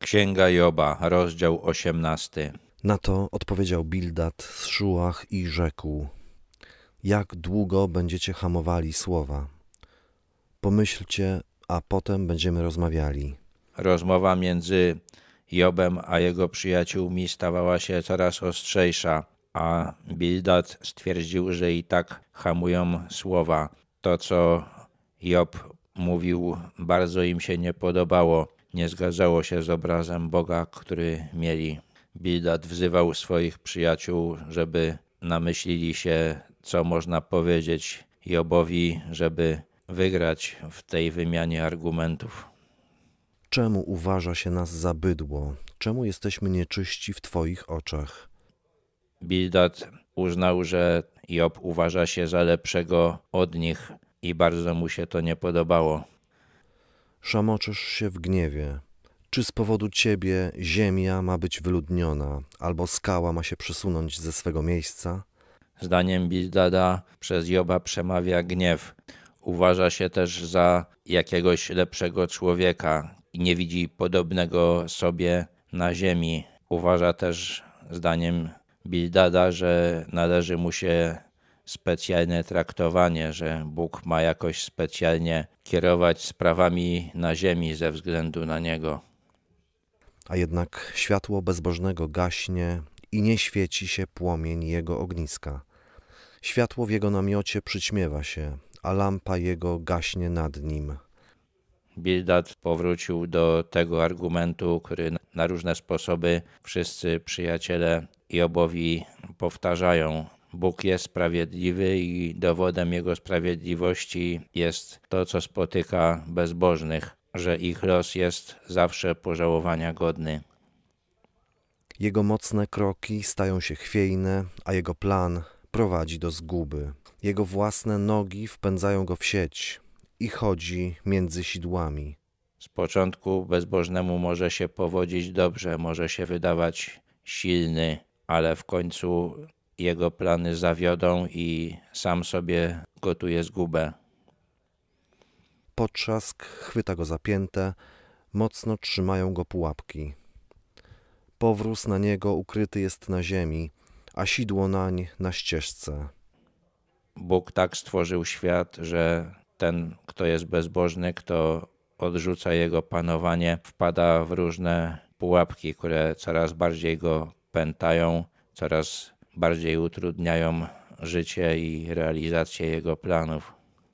Księga Joba, rozdział 18. Na to odpowiedział Bildad z Szuach i rzekł: Jak długo będziecie hamowali słowa? Pomyślcie, a potem będziemy rozmawiali. Rozmowa między Jobem a jego przyjaciółmi stawała się coraz ostrzejsza, a Bildad stwierdził, że i tak hamują słowa. To, co Job mówił, bardzo im się nie podobało. Nie zgadzało się z obrazem Boga, który mieli. Bildad wzywał swoich przyjaciół, żeby namyślili się, co można powiedzieć Jobowi, żeby wygrać w tej wymianie argumentów. Czemu uważa się nas za bydło? Czemu jesteśmy nieczyści w Twoich oczach? Bildad uznał, że Job uważa się za lepszego od nich i bardzo mu się to nie podobało. Szamoczysz się w gniewie. Czy z powodu Ciebie ziemia ma być wyludniona, albo skała ma się przesunąć ze swego miejsca? Zdaniem Bildada przez Joba przemawia gniew. Uważa się też za jakiegoś lepszego człowieka i nie widzi podobnego sobie na ziemi. Uważa też, zdaniem Bildada, że należy mu się specjalne traktowanie, że Bóg ma jakoś specjalnie kierować sprawami na ziemi ze względu na niego. A jednak światło bezbożnego gaśnie i nie świeci się płomień jego ogniska. Światło w jego namiocie przyćmiewa się, a lampa jego gaśnie nad nim. Bildad powrócił do tego argumentu, który na różne sposoby wszyscy przyjaciele Jobowi powtarzają. Bóg jest sprawiedliwy i dowodem Jego sprawiedliwości jest to, co spotyka bezbożnych, że ich los jest zawsze pożałowania godny. Jego mocne kroki stają się chwiejne, a jego plan prowadzi do zguby. Jego własne nogi wpędzają go w sieć i chodzi między sidłami. Z początku bezbożnemu może się powodzić dobrze, może się wydawać silny, ale w końcu jego plany zawiodą i sam sobie gotuje zgubę. Potrzask chwyta go za piętę, mocno trzymają go pułapki. Powróz na niego ukryty jest na ziemi, a sidło nań na ścieżce. Bóg tak stworzył świat, że ten, kto jest bezbożny, kto odrzuca jego panowanie, wpada w różne pułapki, które coraz bardziej go pętają, coraz bardziej utrudniają życie i realizację jego planów.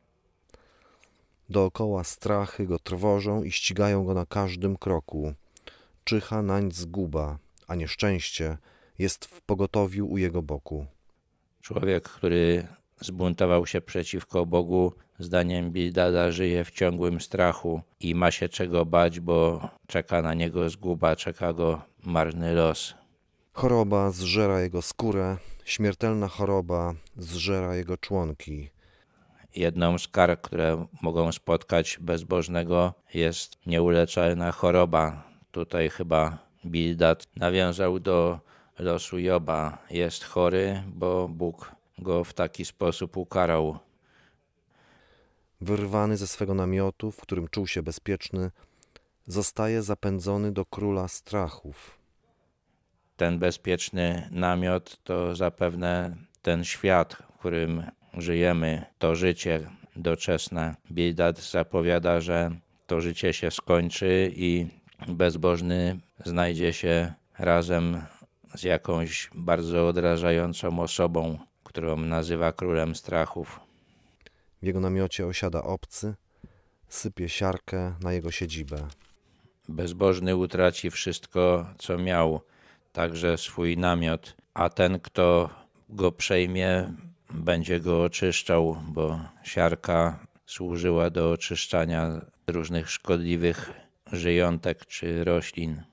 Dookoła strachy go trwożą i ścigają go na każdym kroku. Czyha nań zguba, a nieszczęście jest w pogotowiu u jego boku. Człowiek, który zbuntował się przeciwko Bogu, zdaniem Bildada żyje w ciągłym strachu i ma się czego bać, bo czeka na niego zguba, czeka go marny los. Choroba zżera jego skórę, śmiertelna choroba zżera jego członki. Jedną z kar, które mogą spotkać bezbożnego, jest nieuleczalna choroba. Tutaj chyba Bildad nawiązał do losu Joba. Jest chory, bo Bóg go w taki sposób ukarał. Wyrwany ze swego namiotu, w którym czuł się bezpieczny, zostaje zapędzony do króla strachów. Ten bezpieczny namiot to zapewne ten świat, w którym żyjemy, to życie doczesne. Bildad zapowiada, że to życie się skończy i bezbożny znajdzie się razem z jakąś bardzo odrażającą osobą, którą nazywa królem strachów. W jego namiocie osiada obcy, sypie siarkę na jego siedzibę. Bezbożny utraci wszystko, co miał, także swój namiot, a ten, kto go przejmie, będzie go oczyszczał, bo siarka służyła do oczyszczania różnych szkodliwych żyjątek czy roślin.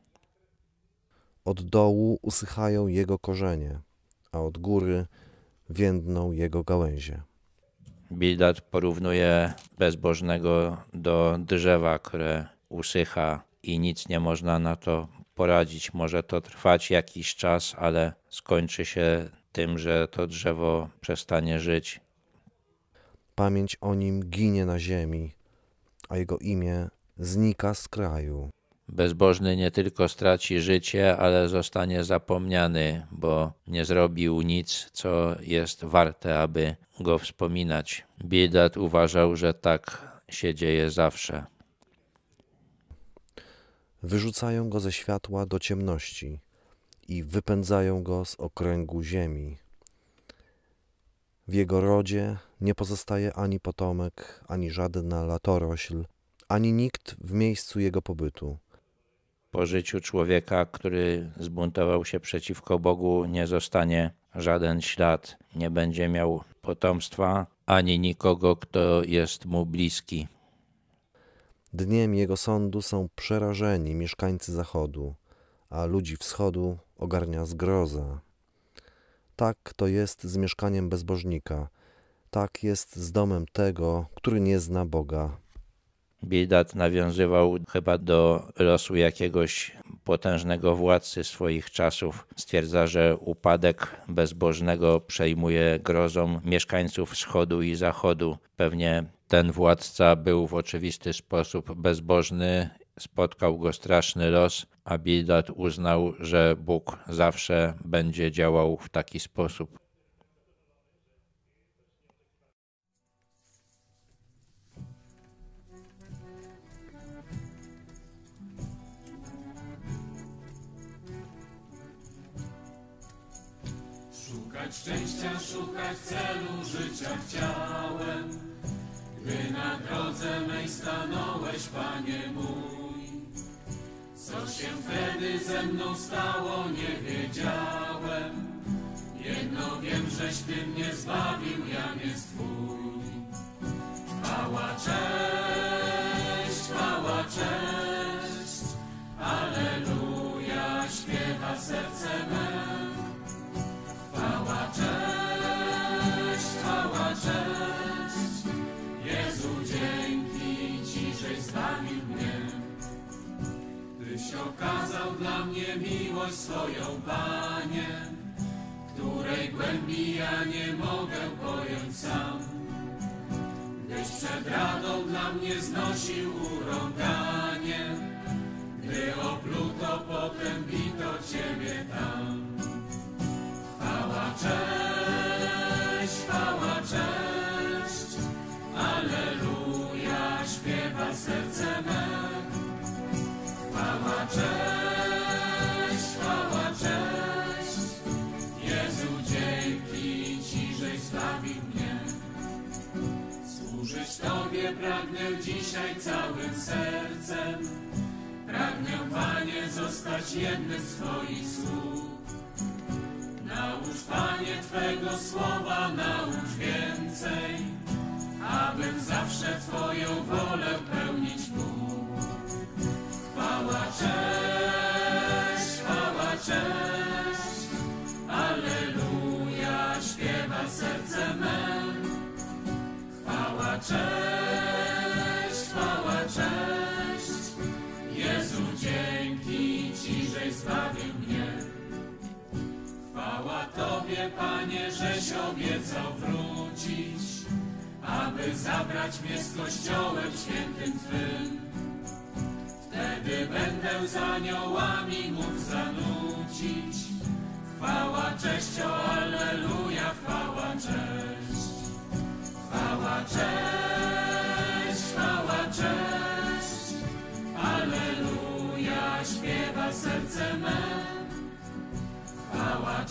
Od dołu usychają jego korzenie, a od góry więdną jego gałęzie. Bildad porównuje bezbożnego do drzewa, które usycha i nic nie można na to poradzić. Może to trwać jakiś czas, ale skończy się tym, że to drzewo przestanie żyć. Pamięć o nim ginie na ziemi, a jego imię znika z kraju. Bezbożny nie tylko straci życie, ale zostanie zapomniany, bo nie zrobił nic, co jest warte, aby go wspominać. Bildad uważał, że tak się dzieje zawsze. Wyrzucają go ze światła do ciemności i wypędzają go z okręgu ziemi. W jego rodzie nie pozostaje ani potomek, ani żadna latorośl, ani nikt w miejscu jego pobytu. Po życiu człowieka, który zbuntował się przeciwko Bogu, nie zostanie żaden ślad, nie będzie miał potomstwa, ani nikogo, kto jest mu bliski. Dniem jego sądu są przerażeni mieszkańcy zachodu, a ludzi wschodu ogarnia zgroza. Tak to jest z mieszkaniem bezbożnika, tak jest z domem tego, który nie zna Boga. Bildad nawiązywał chyba do losu jakiegoś potężnego władcy swoich czasów. Stwierdza, że upadek bezbożnego przejmuje grozą mieszkańców wschodu i zachodu. Pewnie ten władca był w oczywisty sposób bezbożny, spotkał go straszny los, a Bildad uznał, że Bóg zawsze będzie działał w taki sposób. Szukać szczęścia, szukać celu życia chciałem, gdy na drodze mej stanąłeś, Panie mój. Co się wtedy ze mną stało, nie wiedziałem. Jedno wiem, żeś Ty mnie zbawił, jam jest Twój. Chwała, cześć, Alleluja, śpiewa serce me. Chwała, cześć, Jezu, dzięki Ci, żeś zbawił mnie. Tyś okazał dla mnie miłość swoją, Panie, której głębi ja nie mogę pojąć sam. Gdyś przed radą dla mnie znosił urąganie, gdy opluto, potem bito Ciebie tam. Chwała, cześć, Alleluja, śpiewa serce me. Chwała, cześć, Jezu, dzięki Ci, żeś zbawił mnie. Służyć Tobie pragnę dzisiaj całym sercem. Pragnę, Panie, zostać jednym z Twoich sług. Naucz, Panie, Twego słowa, naucz więcej, abym zawsze Twoją wolę pełnić mógł. Chwała, cześć, Alleluja, śpiewa serce me. Chwała, cześć, Jezu, dzięki Ci, żeś zbawił mnie. Chwała Tobie, Panie, żeś obiecał wrócić, aby zabrać mnie z Kościołem świętym Twym. Wtedy będę z aniołami mógł zanucić. Chwała, cześć, o Alleluja, chwała, cześć. Chwała, cześć, Alleluja, śpiewa serce me. Chwała,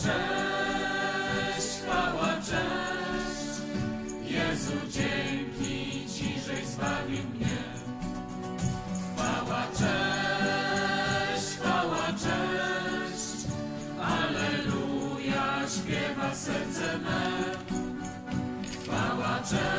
cześć, Jezu, dzięki Ci, żeś zbawił mnie. Chwała, cześć, Alleluja, śpiewa serce me. Chwała, cześć.